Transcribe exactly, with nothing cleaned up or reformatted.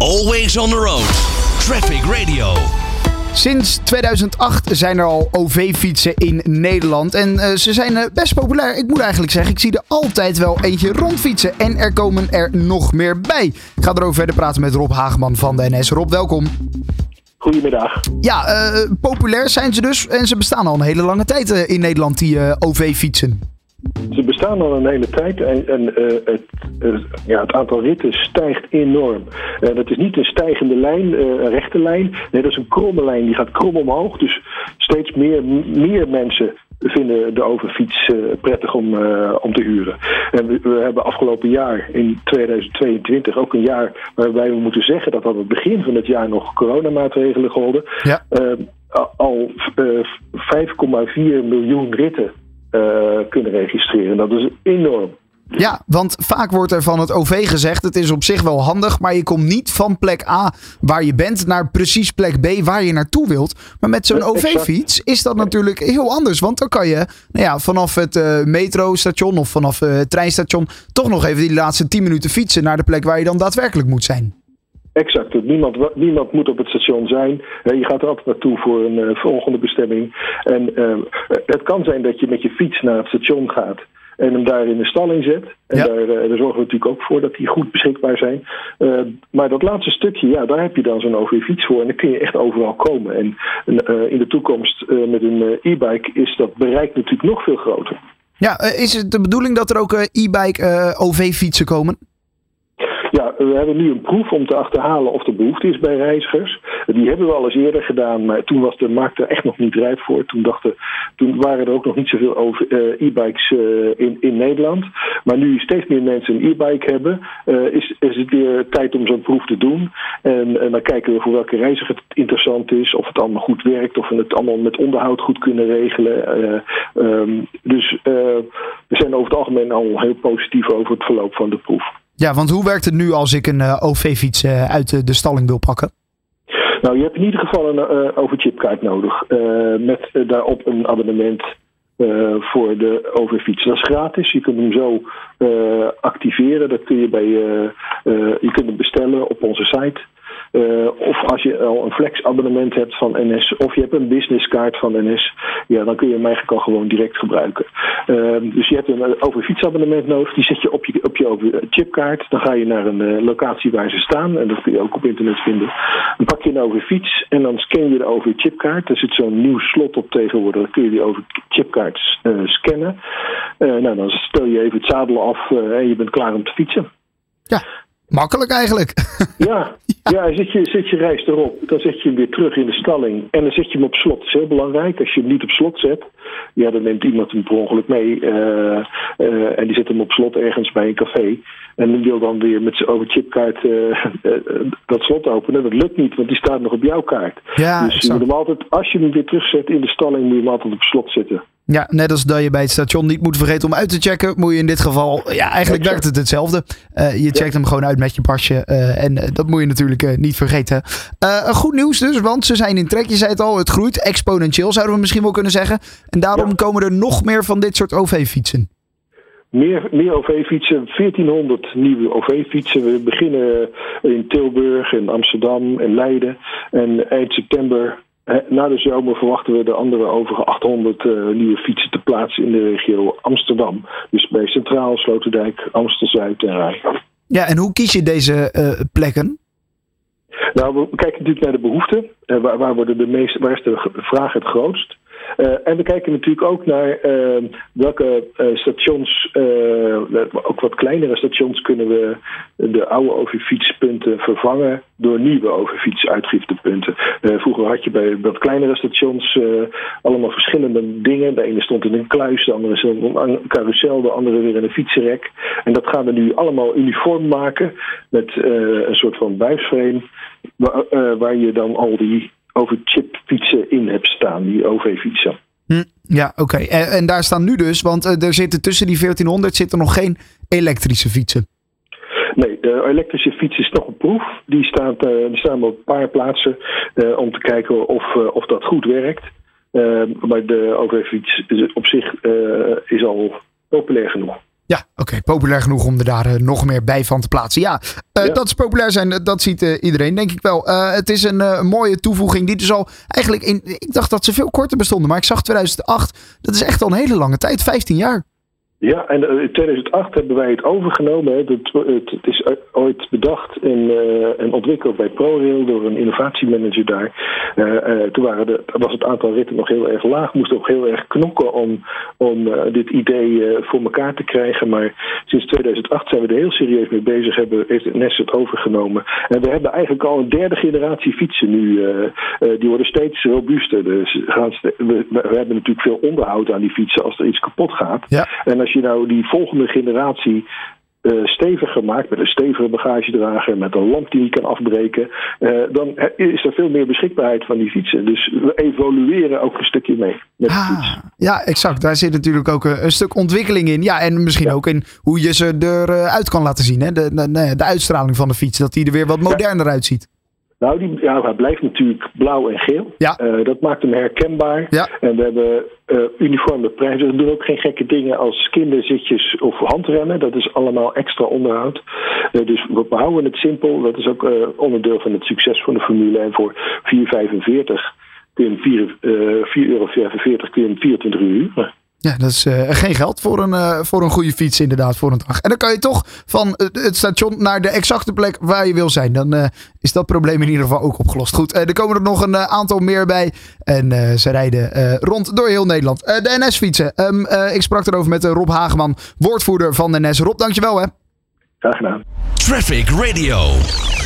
Always on the road. Traffic Radio. Sinds tweeduizend acht zijn er al O V-fietsen in Nederland en uh, ze zijn uh, best populair. Ik moet eigenlijk zeggen, ik zie er altijd wel eentje rondfietsen en er komen er nog meer bij. Ik ga erover verder praten met Rob Hageman van de N S. Rob, welkom. Goedemiddag. Ja, uh, populair zijn ze dus en ze bestaan al een hele lange tijd uh, in Nederland, die uh, O V-fietsen. Ze bestaan al een hele tijd en, en uh, het, uh, ja, het aantal ritten stijgt enorm. Uh, dat is niet een stijgende lijn, uh, een rechte lijn. Nee, dat is een kromme lijn, die gaat krom omhoog. Dus steeds meer, meer mensen vinden de overfiets uh, prettig om, uh, om te huren. En we, we hebben afgelopen jaar, in tweeduizend tweeëntwintig, ook een jaar waarbij we moeten zeggen dat aan het begin van het jaar nog coronamaatregelen golden. Ja. Uh, al uh, vijf komma vier miljoen ritten Uh, kunnen registreren. Dat is enorm. Ja, want vaak wordt er van het O V gezegd, het is op zich wel handig, maar je komt niet van plek A waar je bent naar precies plek B waar je naartoe wilt. Maar met zo'n O V-fiets is dat natuurlijk heel anders, want dan kan je nou ja, vanaf het uh, metrostation of vanaf uh, het treinstation toch nog even die laatste tien minuten fietsen naar de plek waar je dan daadwerkelijk moet zijn. Exact. Niemand, niemand moet op het station zijn. Je gaat er altijd naartoe voor een uh, volgende bestemming. En uh, het kan zijn dat je met je fiets naar het station gaat en hem daar in de stalling zet. En ja. daar, uh, daar zorgen we natuurlijk ook voor dat die goed beschikbaar zijn. Uh, maar dat laatste stukje, ja, daar heb je dan zo'n O V-fiets voor. En dan kun je echt overal komen. En uh, in de toekomst uh, met een uh, e-bike is dat bereik natuurlijk nog veel groter. Ja, uh, is het de bedoeling dat er ook uh, e-bike uh, O V-fietsen komen? Ja, we hebben nu een proef om te achterhalen of er behoefte is bij reizigers. Die hebben we al eens eerder gedaan, maar toen was de markt er echt nog niet rijp voor. Toen, dachten, toen waren er ook nog niet zoveel over, uh, e-bikes uh, in, in Nederland. Maar nu steeds meer mensen een e-bike hebben, uh, is, is het weer tijd om zo'n proef te doen. En, en dan kijken we voor welke reiziger het interessant is, of het allemaal goed werkt, of we het allemaal met onderhoud goed kunnen regelen. Uh, um, dus uh, we zijn over het algemeen al heel positief over het verloop van de proef. Ja, want hoe werkt het nu als ik een uh, O V-fiets uh, uit de, de stalling wil pakken? Nou, je hebt in ieder geval een uh, overchipkaart nodig. Uh, met uh, daarop een abonnement uh, voor de O V-fiets. Dat is gratis. Je kunt hem zo uh, activeren. Dat kun je bij uh, uh, je kunt hem bestellen op onze site. Uh, of als je al een flex-abonnement hebt van N S, of je hebt een businesskaart van N S, ja, dan kun je hem eigenlijk al gewoon direct gebruiken. Uh, dus je hebt een overfietsabonnement nodig, die zet je op je, op je overchipkaart. Dan ga je naar een uh, locatie waar ze staan, en dat kun je ook op internet vinden. Dan pak je een overfiets en dan scan je de overchipkaart. Er zit zo'n nieuw slot op tegenwoordig, dan kun je die overchipkaart uh, scannen. Uh, nou, dan stel je even het zadel af uh, en je bent klaar om te fietsen. Ja. Makkelijk eigenlijk. Ja, ja zet, je, zet je reis erop. Dan zet je hem weer terug in de stalling. En dan zet je hem op slot. Dat is heel belangrijk. Als je hem niet op slot zet, ja, dan neemt iemand hem per ongeluk mee. Uh, uh, en die zet hem op slot ergens bij een café. En die wil dan weer met zijn overchipkaart uh, uh, dat slot openen. Dat lukt niet, want die staat nog op jouw kaart. Ja, dus je moet hem altijd, als je hem weer terugzet in de stalling, moet je hem altijd op slot zetten. Ja, net als dat je bij het station niet moet vergeten om uit te checken, moet je in dit geval, ja, eigenlijk werkt het hetzelfde. Uh, je checkt ja. hem gewoon uit met je pasje uh, en uh, dat moet je natuurlijk uh, niet vergeten. Uh, goed nieuws dus, want ze zijn in trek, je zei het al, het groeit exponentieel, zouden we misschien wel kunnen zeggen. En daarom ja. komen er nog meer van dit soort O V-fietsen. Meer, meer O V-fietsen, veertienhonderd nieuwe O V-fietsen. We beginnen in Tilburg en Amsterdam en Leiden. En eind september, na de zomer, verwachten we de andere overige achthonderd uh, nieuwe fietsen te plaatsen in de regio Amsterdam. Dus bij Centraal, Sloterdijk, Amstel-Zuid en Rij. Ja, en hoe kies je deze uh, plekken? Nou, we kijken natuurlijk naar de behoeften. Uh, waar, waar, worden de meeste, waar is de vraag het grootst? Uh, en we kijken natuurlijk ook naar uh, welke uh, stations, uh, ook wat kleinere stations, kunnen we de oude O V-fietspunten vervangen door nieuwe O V-fietsuitgiftepunten. Uh, vroeger had je bij wat kleinere stations uh, allemaal verschillende dingen. De ene stond in een kluis, de andere stond in een carousel, de andere weer in een fietsenrek. En dat gaan we nu allemaal uniform maken met uh, een soort van buisframe waar, uh, waar je dan al die overchipfietsen in hebt staan, die O V-fietsen. Hm, ja, oké. Okay. En, en daar staan nu dus, want uh, er zitten tussen die veertienhonderd zitten nog geen elektrische fietsen. Nee, de elektrische fiets is nog een proef. Die, staat, uh, die staan op een paar plaatsen uh, om te kijken of, uh, of dat goed werkt. Uh, maar de O V-fiets op zich uh, is al populair genoeg. Ja, oké. Okay, populair genoeg om er daar uh, nog meer bij van te plaatsen. Ja, uh, ja. dat is populair zijn, dat ziet uh, iedereen, denk ik wel. Uh, het is een uh, mooie toevoeging die dus al eigenlijk in... Ik dacht dat ze veel korter bestonden, maar ik zag tweeduizend acht. Dat is echt al een hele lange tijd, vijftien jaar. Ja, en in tweeduizend acht hebben wij het overgenomen. Hè. Het, het, het is ooit bedacht en, uh, en ontwikkeld bij ProRail door een innovatiemanager daar. Uh, uh, toen waren de, was het aantal ritten nog heel erg laag. Moest ook heel erg knokken om, om uh, dit idee uh, voor elkaar te krijgen. Maar sinds tweeduizend acht zijn we er heel serieus mee bezig. Hebben, heeft N S het overgenomen. En we hebben eigenlijk al een derde generatie fietsen nu. Uh, uh, die worden steeds robuuster. Dus gaan st- we, we hebben natuurlijk veel onderhoud aan die fietsen als er iets kapot gaat. Ja. En als je nou die volgende generatie uh, steviger maakt, met een stevige bagagedrager, met een lamp die niet kan afbreken, uh, dan is er veel meer beschikbaarheid van die fietsen. Dus we evolueren ook een stukje mee met ah, de fiets. Ja, exact. Daar zit natuurlijk ook een, een stuk ontwikkeling in. Ja, en misschien ja. ook in hoe je ze eruit kan laten zien. Hè? De, de, de uitstraling van de fiets, dat die er weer wat moderner ja. uitziet. Nou, die, ja, hij blijft natuurlijk blauw en geel. Ja. Uh, dat maakt hem herkenbaar. Ja. En we hebben uh, uniforme prijzen. We doen ook geen gekke dingen als kinderzitjes of handremmen. Dat is allemaal extra onderhoud. Uh, dus we houden het simpel. Dat is ook uh, onderdeel van het succes van de Formule. En voor vier vijfenveertig kun je vier euro vijfenveertig kun je hem vierentwintig uur huren. Ja, dat is uh, geen geld voor een, uh, voor een goede fiets inderdaad voor een dag. En dan kan je toch van het station naar de exacte plek waar je wil zijn. Dan uh, is dat probleem in ieder geval ook opgelost. Goed, uh, er komen er nog een uh, aantal meer bij. En uh, ze rijden uh, rond door heel Nederland. Uh, de N S-fietsen. Um, uh, ik sprak erover met uh, Rob Hageman, woordvoerder van de N S. Rob, dankjewel hè. Graag gedaan. Traffic Radio.